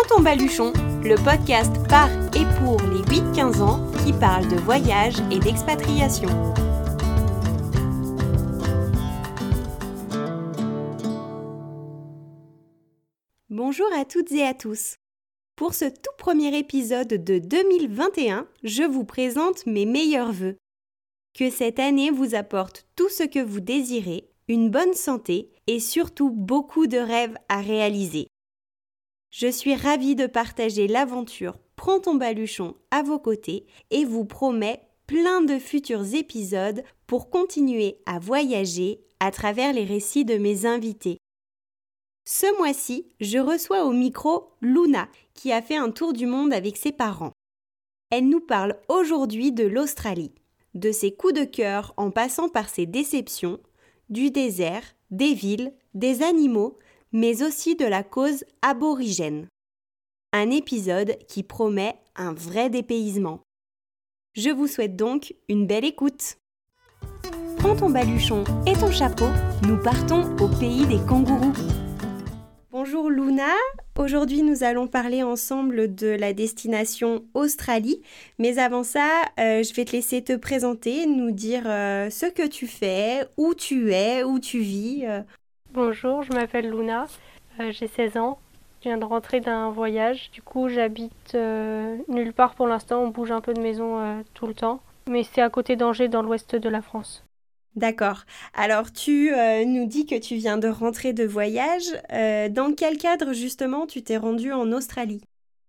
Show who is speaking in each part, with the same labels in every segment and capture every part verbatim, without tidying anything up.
Speaker 1: ton baluchon, le podcast par et pour les huit quinze ans qui parle de voyage et d'expatriation. Bonjour à toutes et à tous. Pour ce tout premier épisode de deux mille vingt et un, je vous présente mes meilleurs vœux. Que cette année vous apporte tout ce que vous désirez, une bonne santé et surtout beaucoup de rêves à réaliser. Je suis ravie de partager l'aventure Prends ton baluchon à vos côtés et vous promets plein de futurs épisodes pour continuer à voyager à travers les récits de mes invités. Ce mois-ci, je reçois au micro Luna, qui a fait un tour du monde avec ses parents. Elle nous parle aujourd'hui de l'Australie, de ses coups de cœur en passant par ses déceptions, du désert, des villes, des animaux, mais aussi de la cause aborigène. Un épisode qui promet un vrai dépaysement. Je vous souhaite donc une belle écoute. Prends ton baluchon et ton chapeau, nous partons au pays des kangourous. Bonjour Luna, aujourd'hui nous allons parler ensemble de la destination Australie, mais avant ça, euh, je vais te laisser te présenter, nous dire euh, ce que tu fais, où tu es, où tu vis. Euh.
Speaker 2: Bonjour, je m'appelle Luna, euh, j'ai seize ans, je viens de rentrer d'un voyage, du coup j'habite euh, nulle part pour l'instant, on bouge un peu de maison euh, tout le temps, mais c'est à côté d'Angers dans l'ouest de la France.
Speaker 1: D'accord. Alors, tu euh, nous dis que tu viens de rentrer de voyage. Euh, dans quel cadre, justement, tu t'es rendu en Australie ?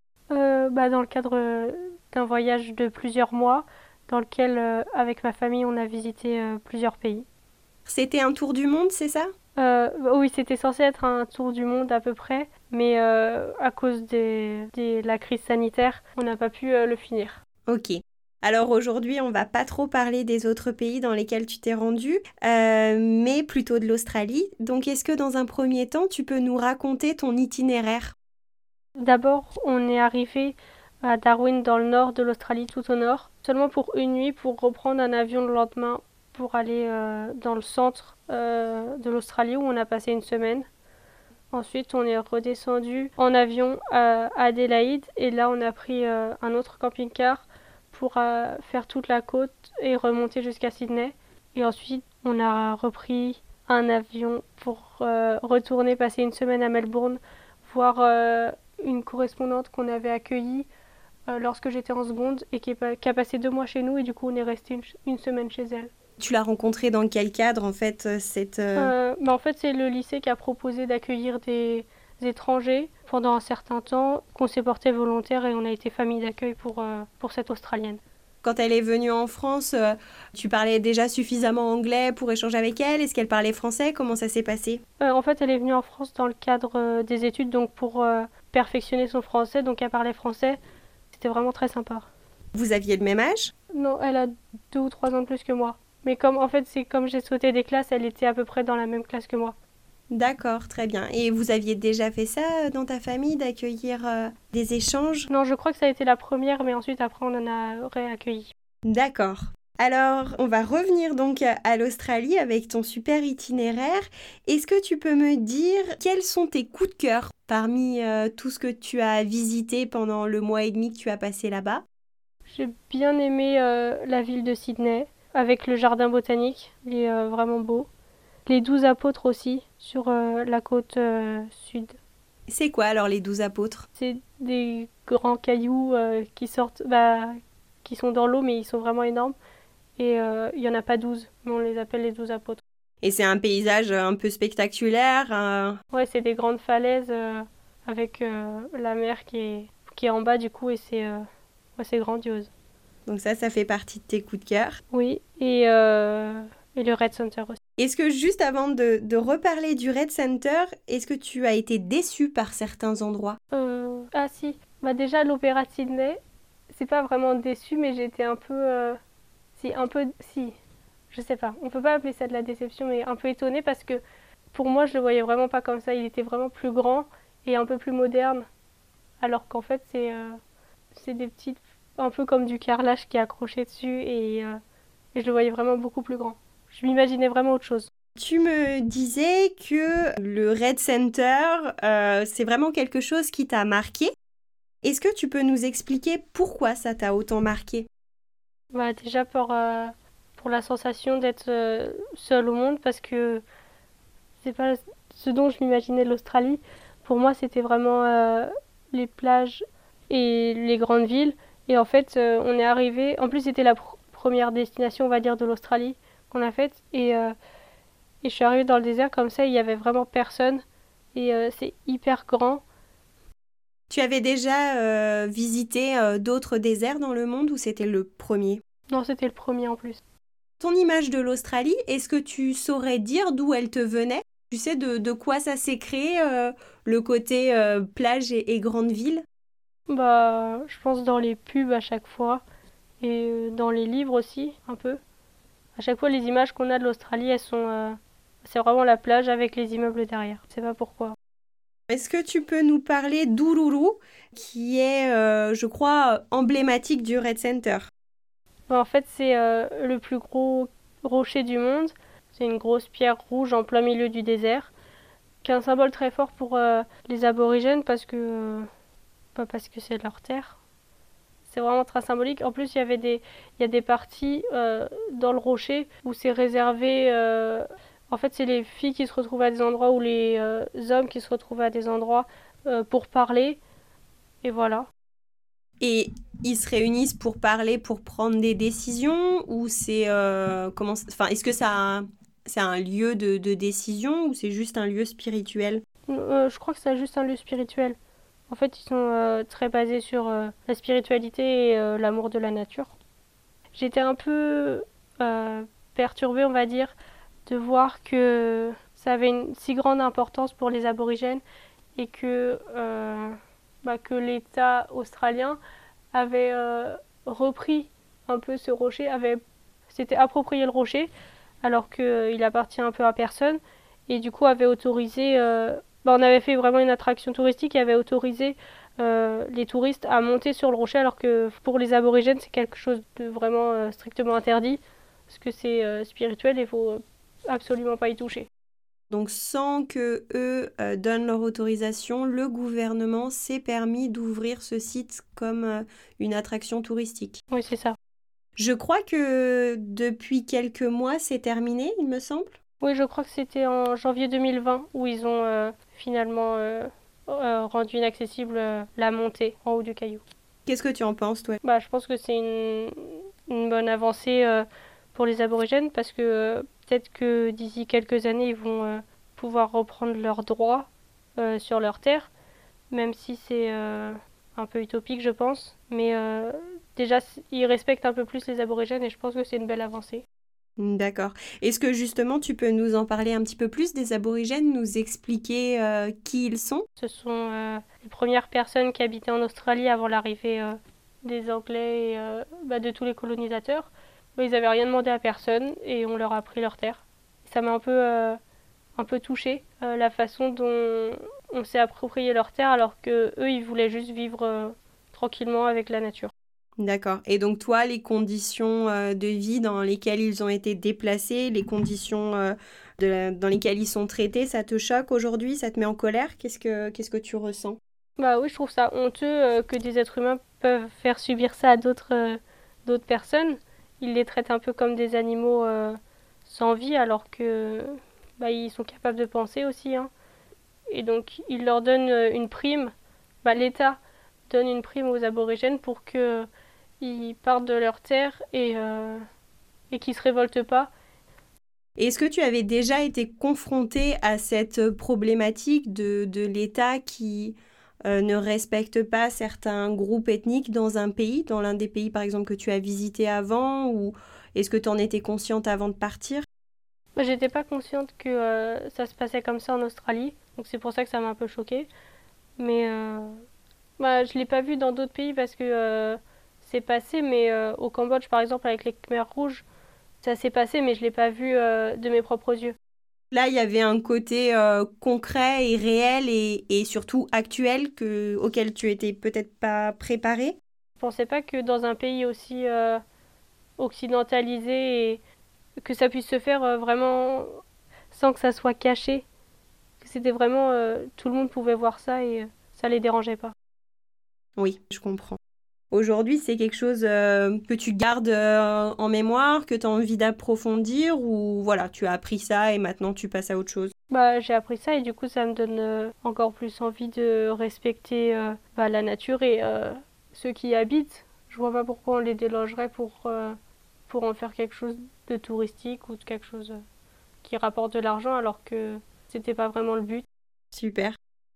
Speaker 2: euh, bah, Dans le cadre d'un voyage de plusieurs mois, dans lequel, euh, avec ma famille, on a visité euh, plusieurs pays.
Speaker 1: C'était un tour du monde, c'est ça ?
Speaker 2: euh, Oui, c'était censé être un tour du monde à peu près, mais euh, à cause de des, la crise sanitaire, on n'a pas pu euh, le finir.
Speaker 1: Ok. Alors aujourd'hui, on va pas trop parler des autres pays dans lesquels tu t'es rendu, euh, mais plutôt de l'Australie. Donc est-ce que dans un premier temps, tu peux nous raconter ton itinéraire ?
Speaker 2: D'abord, on est arrivé à Darwin dans le nord de l'Australie, tout au nord, seulement pour une nuit pour reprendre un avion le lendemain pour aller euh, dans le centre euh, de l'Australie où on a passé une semaine. Ensuite, on est redescendu en avion à Adélaïde et là, on a pris euh, un autre camping-car pour euh, faire toute la côte et remonter jusqu'à Sydney. Et ensuite, on a repris un avion pour euh, retourner passer une semaine à Melbourne, voir euh, une correspondante qu'on avait accueillie euh, lorsque j'étais en seconde et qui, est, qui a passé deux mois chez nous et du coup, on est resté une, une semaine chez elle.
Speaker 1: Tu l'as rencontrée dans quel cadre, en fait, cette...
Speaker 2: Euh... Euh, bah, en fait, c'est le lycée qui a proposé d'accueillir des étrangers pendant un certain temps, qu'on s'est porté volontaire et on a été famille d'accueil pour, euh, pour cette Australienne.
Speaker 1: Quand elle est venue en France, euh, tu parlais déjà suffisamment anglais pour échanger avec elle ? Est-ce qu'elle parlait français ? Comment ça s'est passé ?
Speaker 2: euh, En fait, elle est venue en France dans le cadre euh, des études, donc pour euh, perfectionner son français, donc elle parlait français. C'était vraiment très sympa.
Speaker 1: Vous aviez le même âge ?
Speaker 2: Non, elle a deux ou trois ans de plus que moi. Mais comme en fait, c'est comme j'ai sauté des classes, elle était à peu près dans la même classe que moi.
Speaker 1: D'accord, très bien. Et vous aviez déjà fait ça dans ta famille, d'accueillir euh, des échanges ?
Speaker 2: Non, je crois que ça a été la première, mais ensuite après on en a réaccueilli.
Speaker 1: D'accord. Alors, on va revenir donc à l'Australie avec ton super itinéraire. Est-ce que tu peux me dire quels sont tes coups de cœur parmi euh, tout ce que tu as visité pendant le mois et demi que tu as passé là-bas ?
Speaker 2: J'ai bien aimé euh, la ville de Sydney, avec le jardin botanique, il est euh, vraiment beau. Les douze apôtres aussi, sur euh, la côte euh, sud.
Speaker 1: C'est quoi alors les douze apôtres ?
Speaker 2: C'est des grands cailloux euh, qui sortent, bah, qui sont dans l'eau, mais ils sont vraiment énormes. Et euh, il n'y en a pas douze, mais on les appelle les douze apôtres.
Speaker 1: Et c'est un paysage un peu spectaculaire un...
Speaker 2: Ouais, c'est des grandes falaises euh, avec euh, la mer qui est, qui est en bas du coup, et c'est, euh, ouais, c'est grandiose.
Speaker 1: Donc ça, ça fait partie de tes coups de cœur ?
Speaker 2: Oui, et, euh, et le Red Center aussi.
Speaker 1: Est-ce que juste avant de, de reparler du Red Center, est-ce que tu as été déçue par certains endroits ?
Speaker 2: euh, Ah si, bah déjà l'Opéra de Sydney, c'est pas vraiment déçue, mais j'étais un peu... Euh, si, un peu... Si, je sais pas, on peut pas appeler ça de la déception, mais un peu étonnée parce que pour moi, je le voyais vraiment pas comme ça. Il était vraiment plus grand et un peu plus moderne, alors qu'en fait, c'est, euh, c'est des petites... un peu comme du carrelage qui est accroché dessus et, euh, et je le voyais vraiment beaucoup plus grand. Je m'imaginais vraiment autre chose.
Speaker 1: Tu me disais que le Red Center, euh, c'est vraiment quelque chose qui t'a marqué. Est-ce que tu peux nous expliquer pourquoi ça t'a autant marqué?
Speaker 2: Bah, déjà pour, euh, pour la sensation d'être euh, seule au monde, parce que c'est pas ce dont je m'imaginais de l'Australie. Pour moi, c'était vraiment euh, les plages et les grandes villes. Et en fait, euh, on est arrivé. En plus, c'était la pr- première destination, on va dire, de l'Australie qu'on a faite. Et, euh, et je suis arrivée dans le désert comme ça, il y avait vraiment personne. Et euh, c'est hyper grand.
Speaker 1: Tu avais déjà euh, visité euh, d'autres déserts dans le monde ou c'était le premier?
Speaker 2: Non, c'était le premier en plus.
Speaker 1: Ton image de l'Australie, est-ce que tu saurais dire d'où elle te venait? Tu sais de, de quoi ça s'est créé, euh, le côté euh, plage et, et grande ville?
Speaker 2: Bah, je pense dans les pubs à chaque fois. Et euh, dans les livres aussi, un peu. À chaque fois, les images qu'on a de l'Australie, elles sont. euh, c'est vraiment la plage avec les immeubles derrière. Je sais pas pourquoi.
Speaker 1: Est-ce que tu peux nous parler d'Uluru, qui est, euh, je crois, emblématique du Red Center?
Speaker 2: Bah, en fait, c'est euh, le plus gros rocher du monde. C'est une grosse pierre rouge en plein milieu du désert, qui est un symbole très fort pour euh, les aborigènes parce que. euh, pas parce que c'est leur terre. C'est vraiment très symbolique. En plus, il y avait des, il y a des parties euh, dans le rocher où c'est réservé. euh, En fait, c'est les filles qui se retrouvent à des endroits ou les euh, hommes qui se retrouvent à des endroits euh, pour parler. Et voilà.
Speaker 1: Et ils se réunissent pour parler, pour prendre des décisions, ou c'est euh, comment, enfin, est-ce que ça, a- c'est un lieu de, de décision ou c'est juste un lieu spirituel?
Speaker 2: Euh, je crois que c'est juste un lieu spirituel. En fait, ils sont euh, très basés sur euh, la spiritualité et euh, l'amour de la nature. J'étais un peu euh, perturbée, on va dire, de voir que ça avait une si grande importance pour les aborigènes et que, euh, bah, que l'État australien avait euh, repris un peu ce rocher, avait s'était approprié le rocher alors qu'il appartient un peu à personne et du coup avait autorisé, euh, bah, on avait fait vraiment une attraction touristique et avait autorisé euh, les touristes à monter sur le rocher alors que pour les aborigènes c'est quelque chose de vraiment euh, strictement interdit parce que c'est euh, spirituel et il faut absolument pas y toucher.
Speaker 1: Donc, sans que eux euh, donnent leur autorisation, le gouvernement s'est permis d'ouvrir ce site comme euh, une attraction touristique.
Speaker 2: Oui, c'est ça.
Speaker 1: Je crois que depuis quelques mois, c'est terminé, il me semble.
Speaker 2: Oui, je crois que c'était en janvier deux mille vingt où ils ont euh, finalement euh, euh, rendu inaccessible euh, la montée en haut du caillou.
Speaker 1: Qu'est-ce que tu en penses, toi?
Speaker 2: Bah, je pense que c'est une, une bonne avancée euh, pour les aborigènes parce que euh, peut-être que d'ici quelques années, ils vont euh, pouvoir reprendre leurs droits euh, sur leur terre, même si c'est euh, un peu utopique, je pense. Mais euh, déjà, ils respectent un peu plus les aborigènes et je pense que c'est une belle avancée.
Speaker 1: D'accord. Est-ce que justement tu peux nous en parler un petit peu plus des aborigènes, nous expliquer euh, qui ils sont?
Speaker 2: Ce sont euh, les premières personnes qui habitaient en Australie avant l'arrivée euh, des Anglais et euh, bah, de tous les colonisateurs. Bah, ils n'avaient rien demandé à personne et on leur a pris leur terre. Ça m'a un peu, euh, un peu touchée, euh, la façon dont on s'est approprié leur terre alors que eux ils voulaient juste vivre euh, tranquillement avec la nature.
Speaker 1: D'accord. Et donc toi, les conditions euh, de vie dans lesquelles ils ont été déplacés, les conditions euh, de la- dans lesquelles ils sont traités, ça te choque aujourd'hui? Ça te met en colère? Qu'est-ce que, qu'est-ce que tu ressens?
Speaker 2: Bah oui, je trouve ça honteux euh, que des êtres humains peuvent faire subir ça à d'autres euh, d'autres personnes. Ils les traitent un peu comme des animaux euh, sans vie alors que bah, ils sont capables de penser aussi, hein. Et donc ils leur donnent euh, une prime. Bah, l'État donne une prime aux aborigènes pour que ils partent de leur terre et, euh, et qu'ils se révoltent pas.
Speaker 1: Est-ce que tu avais déjà été confronté à cette problématique de, de l'État qui euh, ne respecte pas certains groupes ethniques dans un pays, dans l'un des pays par exemple que tu as visité avant, ou est-ce que tu en étais consciente avant de partir?
Speaker 2: Moi, j'étais pas consciente que euh, ça se passait comme ça en Australie, donc c'est pour ça que ça m'a un peu choquée. Mais euh, bah, je l'ai pas vu dans d'autres pays parce que euh, c'est passé, mais euh, au Cambodge par exemple avec les Khmers rouges, ça s'est passé, mais je l'ai pas vu euh, de mes propres yeux.
Speaker 1: Là, il y avait un côté euh, concret et réel et, et surtout actuel que, auquel tu étais peut-être pas préparé.
Speaker 2: Je pensais pas que dans un pays aussi euh, occidentalisé et que ça puisse se faire euh, vraiment sans que ça soit caché, que c'était vraiment euh, tout le monde pouvait voir ça et euh, ça les dérangeait pas.
Speaker 1: Oui, je comprends. Aujourd'hui, c'est quelque chose euh, que tu gardes euh, en mémoire, que tu as envie d'approfondir ou voilà, tu as appris ça et maintenant tu passes à autre chose?
Speaker 2: Bah, j'ai appris ça et du coup, ça me donne euh, encore plus envie de respecter euh, bah, la nature et euh, ceux qui y habitent. Je vois pas pourquoi on les délogerait pour, euh, pour en faire quelque chose de touristique ou de quelque chose euh, qui rapporte de l'argent alors que c'était pas vraiment le but.
Speaker 1: Super.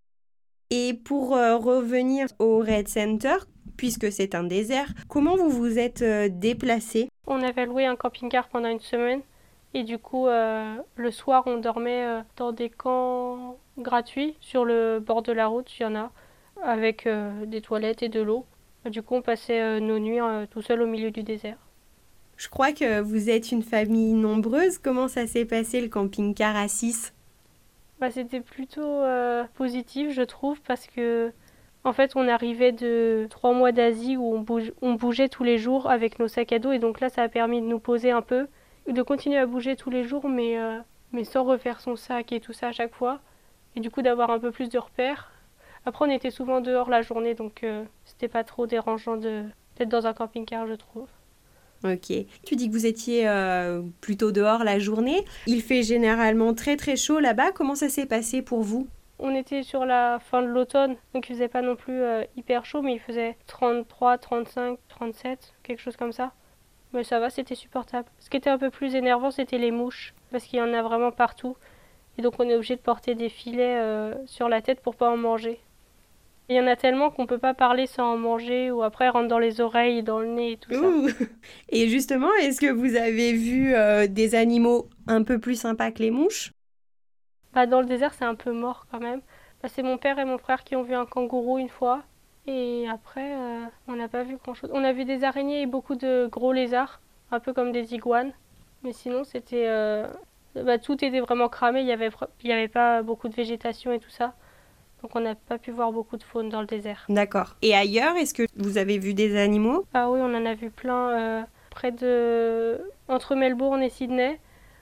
Speaker 1: Et pour euh, revenir au Red Center, puisque c'est un désert, comment vous vous êtes euh, déplacé?
Speaker 2: On avait loué un camping-car pendant une semaine et du coup, euh, le soir, on dormait euh, dans des camps gratuits sur le bord de la route, il y en a, avec euh, des toilettes et de l'eau. Du coup, on passait euh, nos nuits euh, tout seul au milieu du désert.
Speaker 1: Je crois que vous êtes une famille nombreuse. Comment ça s'est passé le camping-car à six?
Speaker 2: Bah, c'était plutôt euh, positif, je trouve, parce que en fait, on arrivait de trois mois d'Asie où on, bouge, on bougeait tous les jours avec nos sacs à dos, et donc là, ça a permis de nous poser un peu, de continuer à bouger tous les jours, mais, euh, mais sans refaire son sac et tout ça à chaque fois, et du coup d'avoir un peu plus de repères. Après, on était souvent dehors la journée, donc euh, c'était pas trop dérangeant de, d'être dans un camping-car, je trouve.
Speaker 1: Ok. Tu dis que vous étiez euh, plutôt dehors la journée. Il fait généralement très très chaud là-bas. Comment ça s'est passé pour vous?
Speaker 2: On était sur la fin de l'automne, donc il faisait pas non plus euh, hyper chaud, mais il faisait trente-trois, trente-cinq, trente-sept, quelque chose comme ça. Mais ça va, c'était supportable. Ce qui était un peu plus énervant, c'était les mouches, parce qu'il y en a vraiment partout. Et donc on est obligé de porter des filets euh, sur la tête pour pas en manger. Il y en a tellement qu'on peut pas parler sans en manger, ou après elles rentrent dans les oreilles, dans le nez et tout ça.
Speaker 1: Ouh. Et justement, est-ce que vous avez vu euh, des animaux un peu plus sympas que les mouches?
Speaker 2: Bah, dans le désert, c'est un peu mort quand même. Bah, c'est mon père et mon frère qui ont vu un kangourou une fois. Et après, euh, on n'a pas vu grand-chose. On a vu des araignées et beaucoup de gros lézards, un peu comme des iguanes. Mais sinon, c'était, euh, bah, tout était vraiment cramé. Il y avait, il y avait pas beaucoup de végétation et tout ça. Donc on n'a pas pu voir beaucoup de faune dans le désert.
Speaker 1: D'accord. Et ailleurs, est-ce que vous avez vu des animaux?
Speaker 2: Ah oui, on en a vu plein euh, près de... Entre Melbourne et Sydney.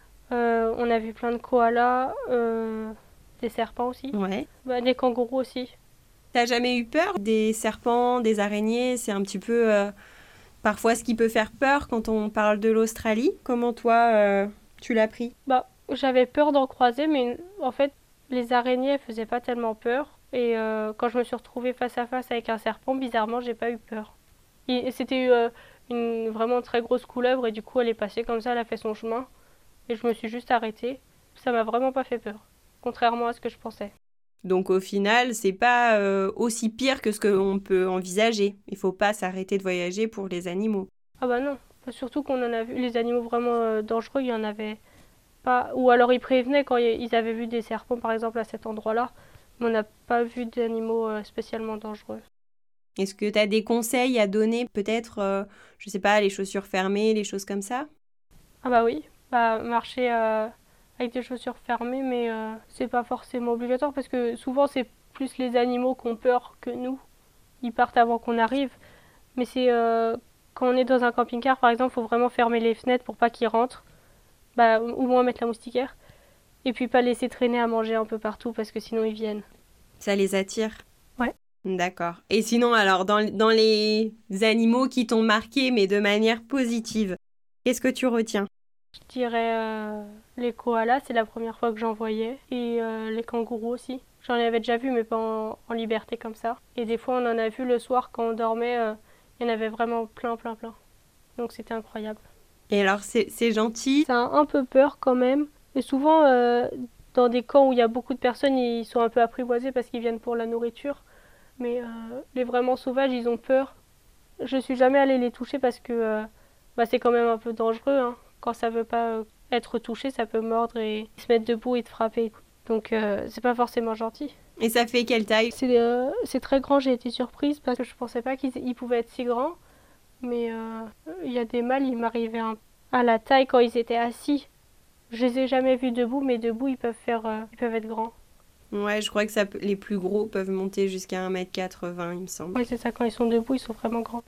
Speaker 2: Euh, on a vu plein de koalas, euh, des serpents aussi.
Speaker 1: Ouais.
Speaker 2: Bah, des kangourous aussi.
Speaker 1: T'as jamais eu peur des serpents, des araignées? C'est un petit peu euh, parfois ce qui peut faire peur quand on parle de l'Australie. Comment toi, euh, tu l'as pris?
Speaker 2: Bah, j'avais peur d'en croiser, mais en fait, les araignées elles faisaient pas tellement peur. Et euh, quand je me suis retrouvée face à face avec un serpent, bizarrement, j'ai pas eu peur. Et c'était euh, une vraiment très grosse couleuvre, et du coup, elle est passée comme ça, elle a fait son chemin. Et je me suis juste arrêtée. Ça m'a vraiment pas fait peur, contrairement à ce que je pensais.
Speaker 1: Donc au final, c'est pas euh, aussi pire que ce qu'on peut envisager. Il faut pas s'arrêter de voyager pour les animaux.
Speaker 2: Ah bah non, surtout qu'on en a vu les animaux vraiment euh, dangereux, il y en avait pas. Ou alors ils prévenaient quand ils avaient vu des serpents, par exemple, à cet endroit-là. Mais on n'a pas vu d'animaux euh, spécialement dangereux.
Speaker 1: Est-ce que tu as des conseils à donner, peut-être, euh, je sais pas, les chaussures fermées, les choses comme ça?
Speaker 2: Ah bah oui, bah marcher euh, avec des chaussures fermées, mais euh, c'est pas forcément obligatoire parce que souvent c'est plus les animaux qui ont peur que nous. Ils partent avant qu'on arrive. Mais c'est euh, quand on est dans un camping-car, par exemple, faut vraiment fermer les fenêtres pour pas qu'ils rentrent. Bah, au moins mettre la moustiquaire. Et puis pas laisser traîner à manger un peu partout parce que sinon ils viennent.
Speaker 1: Ça les attire?
Speaker 2: Ouais.
Speaker 1: D'accord. Et sinon, alors, dans, dans les animaux qui t'ont marqué, mais de manière positive, qu'est-ce que tu retiens?
Speaker 2: Je dirais euh, les koalas, c'est la première fois que j'en voyais. Et euh, les kangourous aussi. J'en avais déjà vu, mais pas en, en liberté comme ça. Et des fois, on en a vu le soir quand on dormait. euh, Il y en avait vraiment plein, plein, plein. Donc c'était incroyable.
Speaker 1: Et alors, c'est c'est gentil?
Speaker 2: Ça a un peu peur quand même. Et souvent, euh, dans des camps où il y a beaucoup de personnes, ils sont un peu apprivoisés parce qu'ils viennent pour la nourriture. Mais euh, les vraiment sauvages, ils ont peur. Je suis jamais allée les toucher parce que euh, bah, c'est quand même un peu dangereux, hein. Quand ça veut pas euh, être touché, ça peut mordre et se mettre debout et te frapper. Donc euh, c'est pas forcément gentil.
Speaker 1: Et ça fait quelle taille?
Speaker 2: C'est euh, c'est très grand, j'ai été surprise parce que je pensais pas qu'ils ils pouvaient être si grands. Mais euh, il y a des mâles, ils m'arrivaient un- à la taille quand ils étaient assis. Je les ai jamais vus debout, mais debout ils peuvent faire, euh, ils peuvent être grands.
Speaker 1: Ouais, je crois que ça, peut- les plus gros peuvent monter jusqu'à un mètre quatre-vingts, il me semble.
Speaker 2: Oui, c'est ça, quand ils sont debout, ils sont vraiment grands.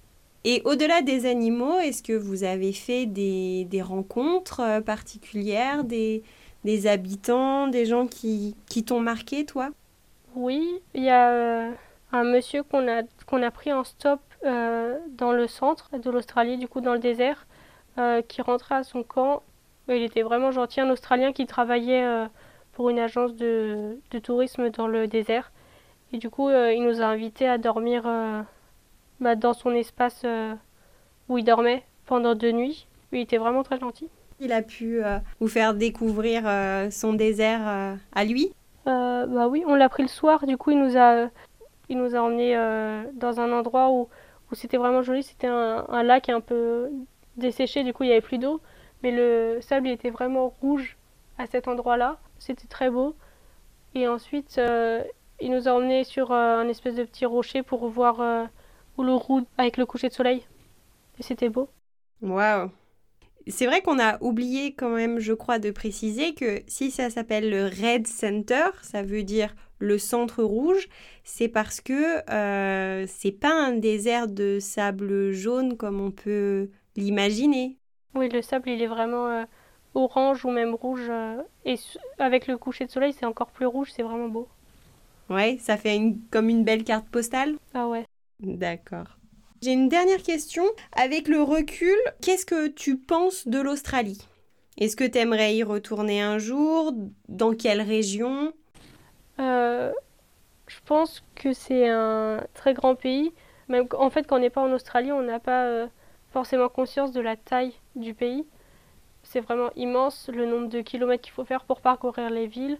Speaker 1: Et au-delà des animaux, est-ce que vous avez fait des, des rencontres euh, particulières, des, des habitants, des gens qui, qui t'ont marqué, toi?
Speaker 2: Oui, il y a euh, un monsieur qu'on a, qu'on a pris en stop euh, dans le centre de l'Australie, du coup dans le désert, euh, qui rentrait à son camp. Il était vraiment gentil, un Australien qui travaillait euh, pour une agence de, de tourisme dans le désert. Et du coup, euh, il nous a invités à dormir euh, bah, dans son espace euh, où il dormait pendant deux nuits. Il était vraiment très gentil.
Speaker 1: Il a pu euh, vous faire découvrir euh, son désert euh, à lui?
Speaker 2: Euh, bah oui, on l'a pris le soir, du coup il nous a, il nous a emmenés euh, dans un endroit où, où c'était vraiment joli, c'était un, un lac un peu desséché, du coup il n'y avait plus d'eau, mais le sable il était vraiment rouge à cet endroit-là, c'était très beau. Et ensuite euh, il nous a emmenés sur euh, un espèce de petit rocher pour voir euh, Uluru avec le coucher de soleil, et c'était beau.
Speaker 1: Waouh! C'est vrai qu'on a oublié quand même, je crois, de préciser que si ça s'appelle le Red Center, ça veut dire le centre rouge, c'est parce que euh, c'est pas un désert de sable jaune comme on peut l'imaginer.
Speaker 2: Oui, le sable il est vraiment euh, orange ou même rouge, euh, et s- avec le coucher de soleil c'est encore plus rouge, c'est vraiment beau.
Speaker 1: Ouais, ça fait une- comme une belle carte postale.
Speaker 2: Ah ouais.
Speaker 1: D'accord. J'ai une dernière question. Avec le recul, qu'est-ce que tu penses de l'Australie? Est-ce que tu aimerais y retourner un jour? Dans quelle région?
Speaker 2: Euh, je pense que c'est un très grand pays. Même qu- en fait, quand on n'est pas en Australie, on n'a pas euh, forcément conscience de la taille du pays. C'est vraiment immense le nombre de kilomètres qu'il faut faire pour parcourir les villes.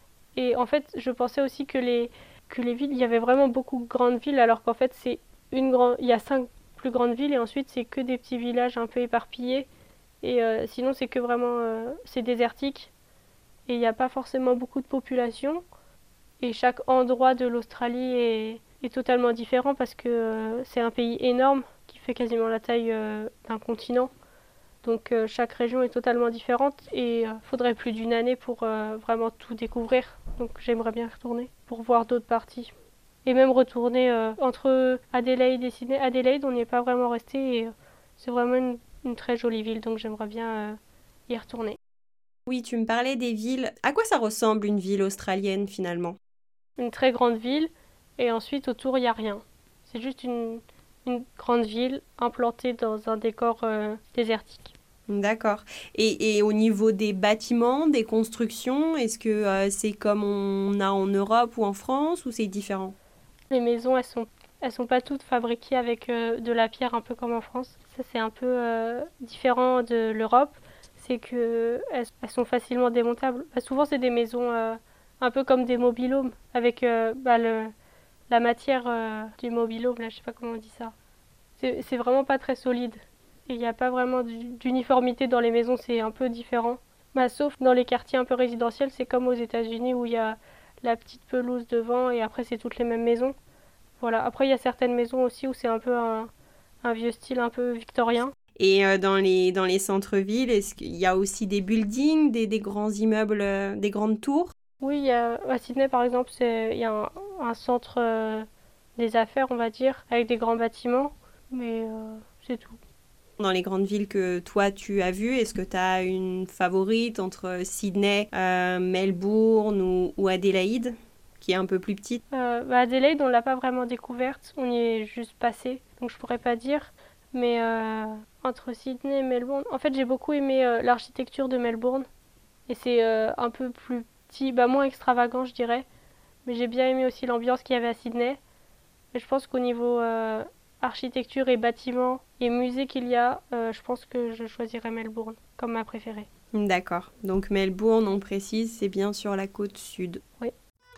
Speaker 2: Et en fait, je pensais aussi que les, que les villes, il y avait vraiment beaucoup de grandes villes, alors qu'en fait, c'est une grande, il y a cinq plus grandes villes et ensuite c'est que des petits villages un peu éparpillés. Et euh, sinon, c'est que vraiment, euh, c'est désertique et il n'y a pas forcément beaucoup de population. Et chaque endroit de l'Australie est, est totalement différent parce que euh, c'est un pays énorme qui fait quasiment la taille euh, d'un continent. Donc euh, chaque région est totalement différente et il euh, faudrait plus d'une année pour euh, vraiment tout découvrir. Donc j'aimerais bien y retourner pour voir d'autres parties. Et même retourner euh, entre Adélaïde et Sydney. Adélaïde, on n'y est pas vraiment resté et euh, c'est vraiment une, une très jolie ville, donc j'aimerais bien euh, y retourner.
Speaker 1: Oui, tu me parlais des villes. À quoi ça ressemble une ville australienne finalement?
Speaker 2: Une très grande ville et ensuite autour il n'y a rien. C'est juste une, une grande ville implantée dans un décor euh, désertique.
Speaker 1: D'accord. Et, et au niveau des bâtiments, des constructions, est-ce que euh, c'est comme on a en Europe ou en France ou c'est différent?
Speaker 2: Les maisons, elles sont, elles sont pas toutes fabriquées avec euh, de la pierre, un peu comme en France. Ça, c'est un peu euh, différent de l'Europe. C'est que elles, elles sont facilement démontables. Bah, souvent, c'est des maisons euh, un peu comme des mobil-homes, avec euh, bah, le, la matière euh, du mobil-home, là, je sais pas comment on dit ça. C'est, c'est vraiment pas très solide. Et il n'y a pas vraiment d'uniformité dans les maisons, c'est un peu différent. Bah, sauf dans les quartiers un peu résidentiels, c'est comme aux États-Unis où il y a la petite pelouse devant et après c'est toutes les mêmes maisons. Voilà. Après, il y a certaines maisons aussi où c'est un peu un, un vieux style un peu victorien.
Speaker 1: Et euh, dans les, dans les centres-villes, est-ce qu'il y a aussi des buildings, des, des grands immeubles, euh, des grandes tours?
Speaker 2: Oui, il y a, à Sydney par exemple, c'est, il y a un, un centre euh, des affaires, on va dire, avec des grands bâtiments, mais euh, c'est tout.
Speaker 1: Dans les grandes villes que toi tu as vues, est-ce que tu as une favorite entre Sydney, euh, Melbourne ou, ou Adélaïde, qui est un peu plus petite?
Speaker 2: Euh, bah Adélaïde, on l'a pas vraiment découverte, on y est juste passé, donc je pourrais pas dire. Mais euh, entre Sydney et Melbourne, en fait j'ai beaucoup aimé euh, l'architecture de Melbourne. Et c'est euh, un peu plus petit, bah moins extravagant je dirais. Mais j'ai bien aimé aussi l'ambiance qu'il y avait à Sydney. Mais je pense qu'au niveau euh, architecture et bâtiments et musée qu'il y a, euh, je pense que je choisirais Melbourne comme ma préférée.
Speaker 1: D'accord. Donc Melbourne, on précise, c'est bien sur la côte sud.
Speaker 2: Oui.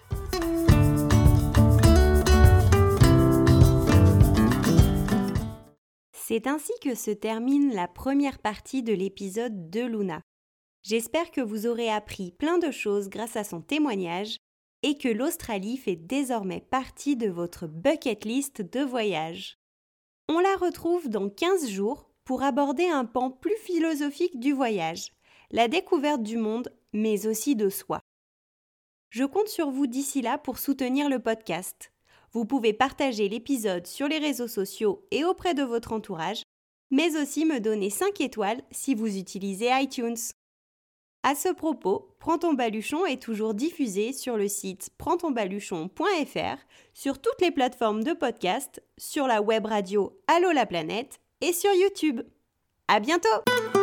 Speaker 1: C'est ainsi que se termine la première partie de l'épisode de Luna. J'espère que vous aurez appris plein de choses grâce à son témoignage et que l'Australie fait désormais partie de votre bucket list de voyage. On la retrouve dans quinze jours pour aborder un pan plus philosophique du voyage, la découverte du monde, mais aussi de soi. Je compte sur vous d'ici là pour soutenir le podcast. Vous pouvez partager l'épisode sur les réseaux sociaux et auprès de votre entourage, mais aussi me donner cinq étoiles si vous utilisez iTunes. À ce propos, Prends ton baluchon est toujours diffusé sur le site prends ton baluchon point f r, sur toutes les plateformes de podcast, sur la web radio Allô la planète et sur YouTube. À bientôt!